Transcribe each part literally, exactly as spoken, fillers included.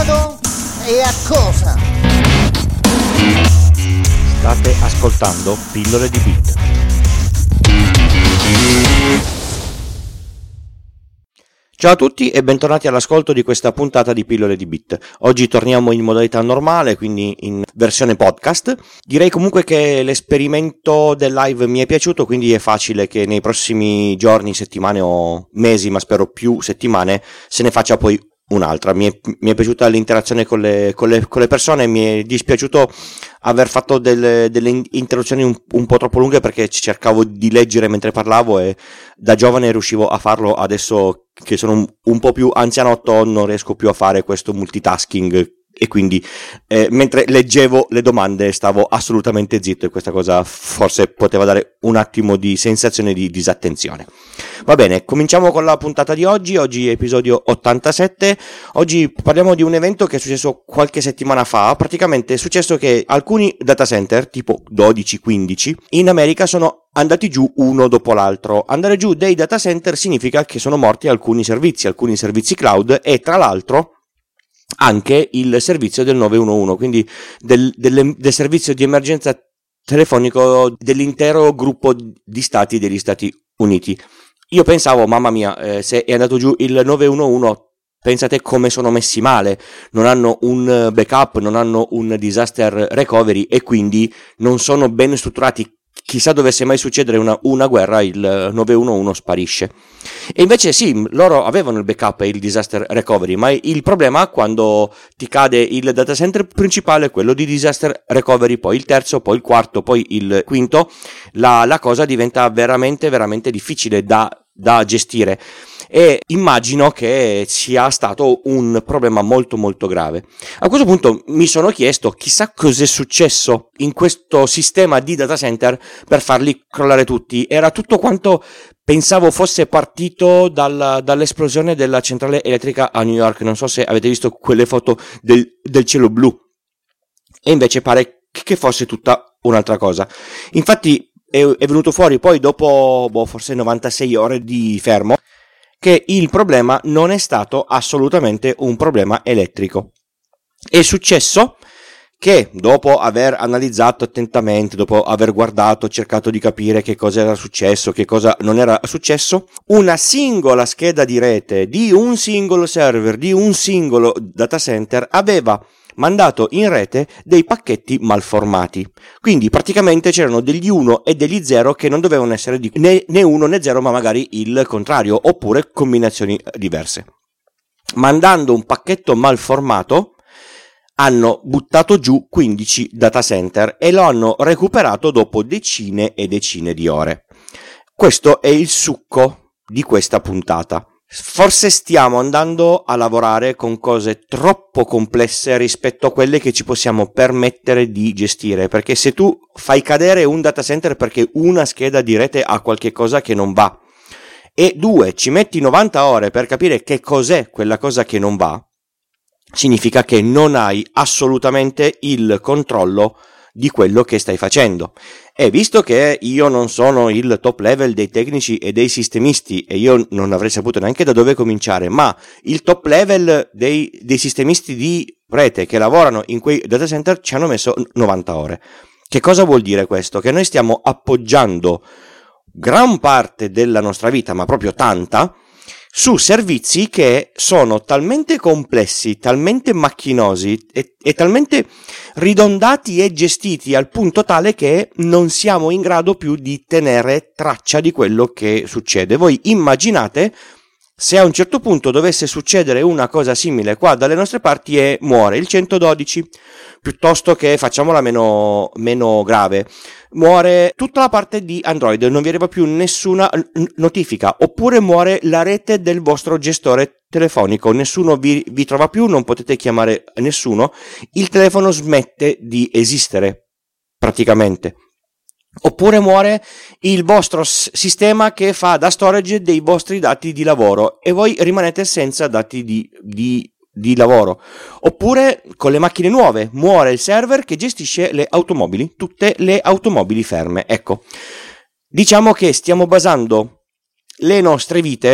modo e a cosa? State ascoltando Pillole di Bit. Ciao a tutti e bentornati all'ascolto di questa puntata di Pillole di Bit. Oggi torniamo in modalità normale, quindi in versione podcast. Direi comunque che l'esperimento del live mi è piaciuto, quindi è facile che nei prossimi giorni, settimane o mesi, ma spero più settimane, se ne faccia poi un'altra. Mi è, mi è piaciuta l'interazione con le, con le, con le persone, mi è dispiaciuto aver fatto delle, delle interruzioni un, un po' troppo lunghe perché cercavo di leggere mentre parlavo e da giovane riuscivo a farlo, adesso che sono un, un po' più anzianotto non riesco più a fare questo multitasking e quindi eh, mentre leggevo le domande stavo assolutamente zitto e questa cosa forse poteva dare un attimo di sensazione di disattenzione. Va bene, cominciamo con la puntata di oggi, oggi episodio ottantasette, oggi parliamo di un evento che è successo qualche settimana fa. Praticamente è successo che alcuni data center, tipo dodici quindici, in America sono andati giù uno dopo l'altro. Andare giù dei data center significa che sono morti alcuni servizi, alcuni servizi cloud e tra l'altro anche il servizio del nove uno uno, quindi del, del, del servizio di emergenza telefonico dell'intero gruppo di stati degli Stati Uniti. Io pensavo, mamma mia, eh, se è andato giù il nove uno uno, pensate come sono messi male, non hanno un backup, non hanno un disaster recovery e quindi non sono ben strutturati. Chissà dovesse mai succedere una, una guerra, il nove uno uno sparisce. E invece sì, loro avevano il backup e il disaster recovery, ma il problema quando ti cade il data center principale, quello di disaster recovery, poi il terzo, poi il quarto, poi il quinto, la, la cosa diventa veramente veramente difficile da, da gestire. E immagino che sia stato un problema molto molto grave. A questo punto mi sono chiesto chissà cos'è successo in questo sistema di data center per farli crollare tutti. Era tutto quanto pensavo fosse partito dal, dall'esplosione della centrale elettrica a New York. Non so se avete visto quelle foto del, del cielo blu, e invece pare che fosse tutta un'altra cosa. Infatti è, è venuto fuori poi dopo boh, forse novantasei ore di fermo che il problema non è stato assolutamente un problema elettrico. È successo che dopo aver analizzato attentamente, dopo aver guardato, cercato di capire che cosa era successo, che cosa non era successo, una singola scheda di rete di un singolo server, di un singolo data center aveva mandato in rete dei pacchetti malformati. Quindi praticamente c'erano degli uno e degli zero che non dovevano essere di, né, né uno né zero, ma magari il contrario, oppure combinazioni diverse. Mandando un pacchetto malformato hanno buttato giù quindici data center e lo hanno recuperato dopo decine e decine di ore. Questo è il succo di questa puntata. Forse stiamo andando a lavorare con cose troppo complesse rispetto a quelle che ci possiamo permettere di gestire, perché se tu fai cadere un data center perché una scheda di rete ha qualche cosa che non va e due, ci metti novanta ore per capire che cos'è quella cosa che non va, significa che non hai assolutamente il controllo di quello che stai facendo. E visto che io non sono il top level dei tecnici e dei sistemisti e io non avrei saputo neanche da dove cominciare, ma il top level dei, dei sistemisti di rete che lavorano in quei data center ci hanno messo novanta ore. Che cosa vuol dire questo? Che noi stiamo appoggiando gran parte della nostra vita, ma proprio tanta, su servizi che sono talmente complessi, talmente macchinosi e, e talmente ridondati e gestiti al punto tale che non siamo in grado più di tenere traccia di quello che succede. Voi immaginate se a un certo punto dovesse succedere una cosa simile qua dalle nostre parti e muore il centododici, piuttosto che, facciamola meno, meno grave, muore tutta la parte di Android, non vi arriva più nessuna notifica, oppure muore la rete del vostro gestore telefonico, nessuno vi, vi trova più, non potete chiamare nessuno, il telefono smette di esistere praticamente. Oppure muore il vostro s- sistema che fa da storage dei vostri dati di lavoro e voi rimanete senza dati di, di, di lavoro. Oppure con le macchine nuove muore il server che gestisce le automobili, tutte le automobili ferme. Ecco, diciamo che stiamo basando le nostre vite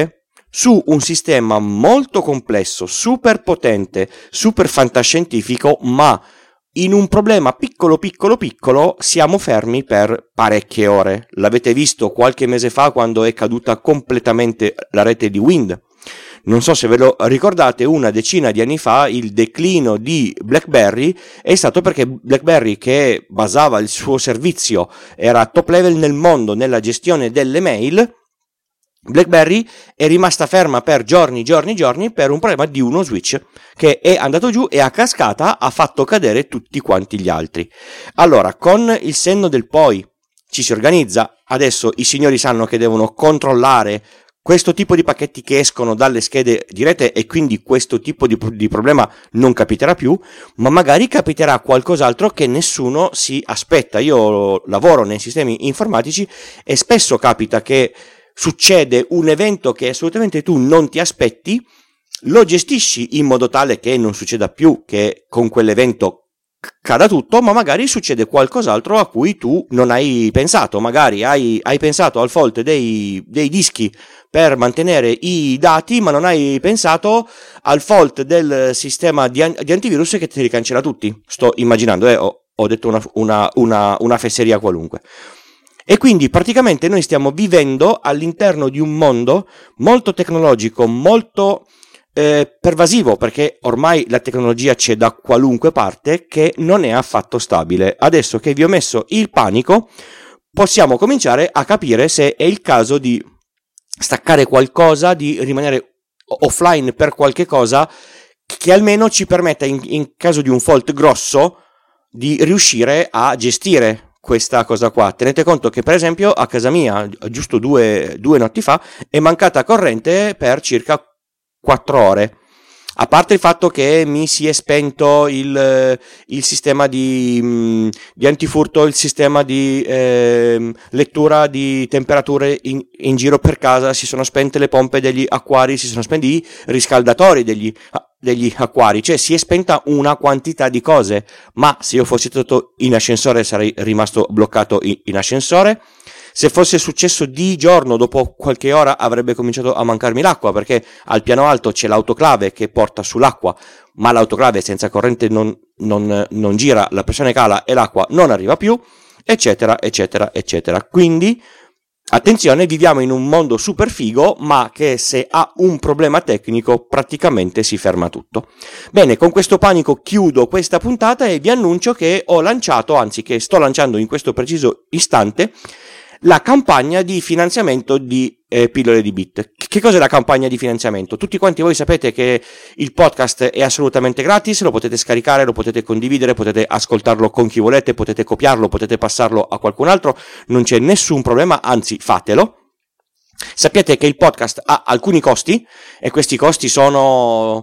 su un sistema molto complesso, super potente, super fantascientifico, ma in un problema piccolo piccolo piccolo siamo fermi per parecchie ore. L'avete visto qualche mese fa quando è caduta completamente la rete di Wind. Non so se ve lo ricordate, una decina di anni fa il declino di BlackBerry è stato perché BlackBerry, che basava il suo servizio, era top level nel mondo nella gestione delle mail, BlackBerry è rimasta ferma per giorni, giorni, giorni per un problema di uno switch che è andato giù e a cascata ha fatto cadere tutti quanti gli altri. Allora, con il senno del poi ci si organizza, adesso i signori sanno che devono controllare questo tipo di pacchetti che escono dalle schede di rete e quindi questo tipo di, di problema non capiterà più, ma magari capiterà qualcos'altro che nessuno si aspetta. Io lavoro nei sistemi informatici e spesso capita che succede un evento che assolutamente tu non ti aspetti, lo gestisci in modo tale che non succeda più che con quell'evento cada tutto, ma magari succede qualcos'altro a cui tu non hai pensato. Magari hai, hai pensato al fault dei, dei dischi per mantenere i dati, ma non hai pensato al fault del sistema di, di antivirus che te li cancella tutti. Sto immaginando, eh, ho, ho detto una, una, una, una fesseria qualunque. E quindi praticamente noi stiamo vivendo all'interno di un mondo molto tecnologico, molto eh, pervasivo, perché ormai la tecnologia c'è da qualunque parte, che non è affatto stabile. Adesso che vi ho messo il panico, possiamo cominciare a capire se è il caso di staccare qualcosa, di rimanere offline per qualche cosa che almeno ci permetta, in, in caso di un fault grosso, di riuscire a gestire questa cosa qua. Tenete conto che per esempio a casa mia giusto due, due notti fa è mancata corrente per circa quattro ore, a parte il fatto che mi si è spento il, il sistema di, di antifurto, il sistema di eh, lettura di temperature in, in giro per casa, si sono spente le pompe degli acquari, si sono spenti i riscaldatori degli degli acquari, cioè si è spenta una quantità di cose. Ma se io fossi stato in ascensore sarei rimasto bloccato in, in ascensore. Se fosse successo di giorno, dopo qualche ora avrebbe cominciato a mancarmi l'acqua, perché al piano alto c'è l'autoclave che porta sull'acqua, ma l'autoclave senza corrente non, non, non gira, la pressione cala e l'acqua non arriva più, eccetera eccetera eccetera. Quindi attenzione, viviamo in un mondo super figo, ma che se ha un problema tecnico praticamente si ferma tutto. Bene, con questo panico chiudo questa puntata e vi annuncio che ho lanciato, anzi che sto lanciando in questo preciso istante, la campagna di finanziamento di eh, Pillole di Bit. Che cos'è la campagna di finanziamento? Tutti quanti voi sapete che il podcast è assolutamente gratis, lo potete scaricare, lo potete condividere, potete ascoltarlo con chi volete, potete copiarlo, potete passarlo a qualcun altro, non c'è nessun problema, anzi fatelo. Sappiate che il podcast ha alcuni costi e questi costi sono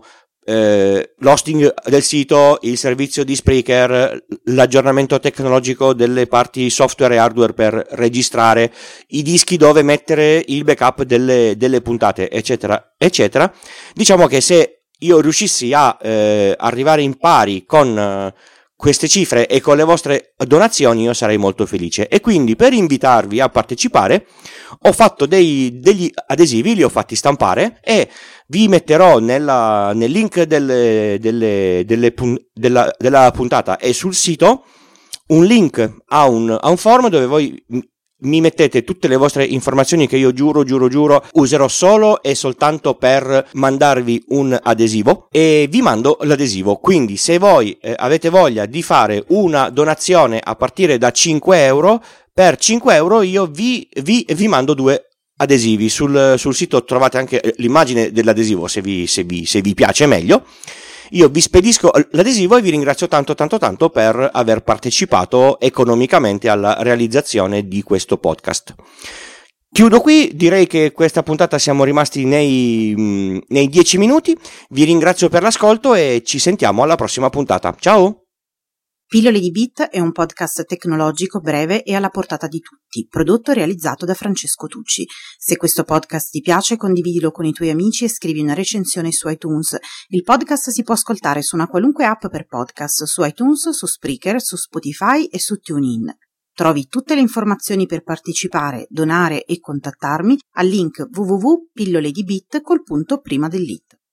eh, l'hosting del sito, il servizio di Spreaker, l'aggiornamento tecnologico delle parti software e hardware per registrare i dischi dove mettere il backup delle, delle puntate, eccetera eccetera. Diciamo che se io riuscissi a eh, arrivare in pari con eh, queste cifre e con le vostre donazioni, io sarei molto felice. E quindi, per invitarvi a partecipare, ho fatto dei, degli adesivi, li ho fatti stampare e vi metterò nella, nel link delle, delle, delle, della, della puntata e sul sito un link a un, a un forum dove voi mi mettete tutte le vostre informazioni che io giuro, giuro, giuro userò solo e soltanto per mandarvi un adesivo, e vi mando l'adesivo. Quindi se voi eh, avete voglia di fare una donazione a partire da cinque euro, per cinque euro io vi, vi, vi mando due adesivi. Sul, sul sito trovate anche l'immagine dell'adesivo se vi, se vi, se vi piace meglio. Io vi spedisco l'adesivo e vi ringrazio tanto tanto tanto per aver partecipato economicamente alla realizzazione di questo podcast. Chiudo qui, direi che questa puntata siamo rimasti nei, nei dieci minuti. Vi ringrazio per l'ascolto e ci sentiamo alla prossima puntata. Ciao! Pillole di Bit è un podcast tecnologico breve e alla portata di tutti, prodotto e realizzato da Francesco Tucci. Se questo podcast ti piace, condividilo con i tuoi amici e scrivi una recensione su iTunes. Il podcast si può ascoltare su una qualunque app per podcast, su iTunes, su Spreaker, su Spotify e su TuneIn. Trovi tutte le informazioni per partecipare, donare e contattarmi al link w w w punto pillole di bit col punto prima dell'it.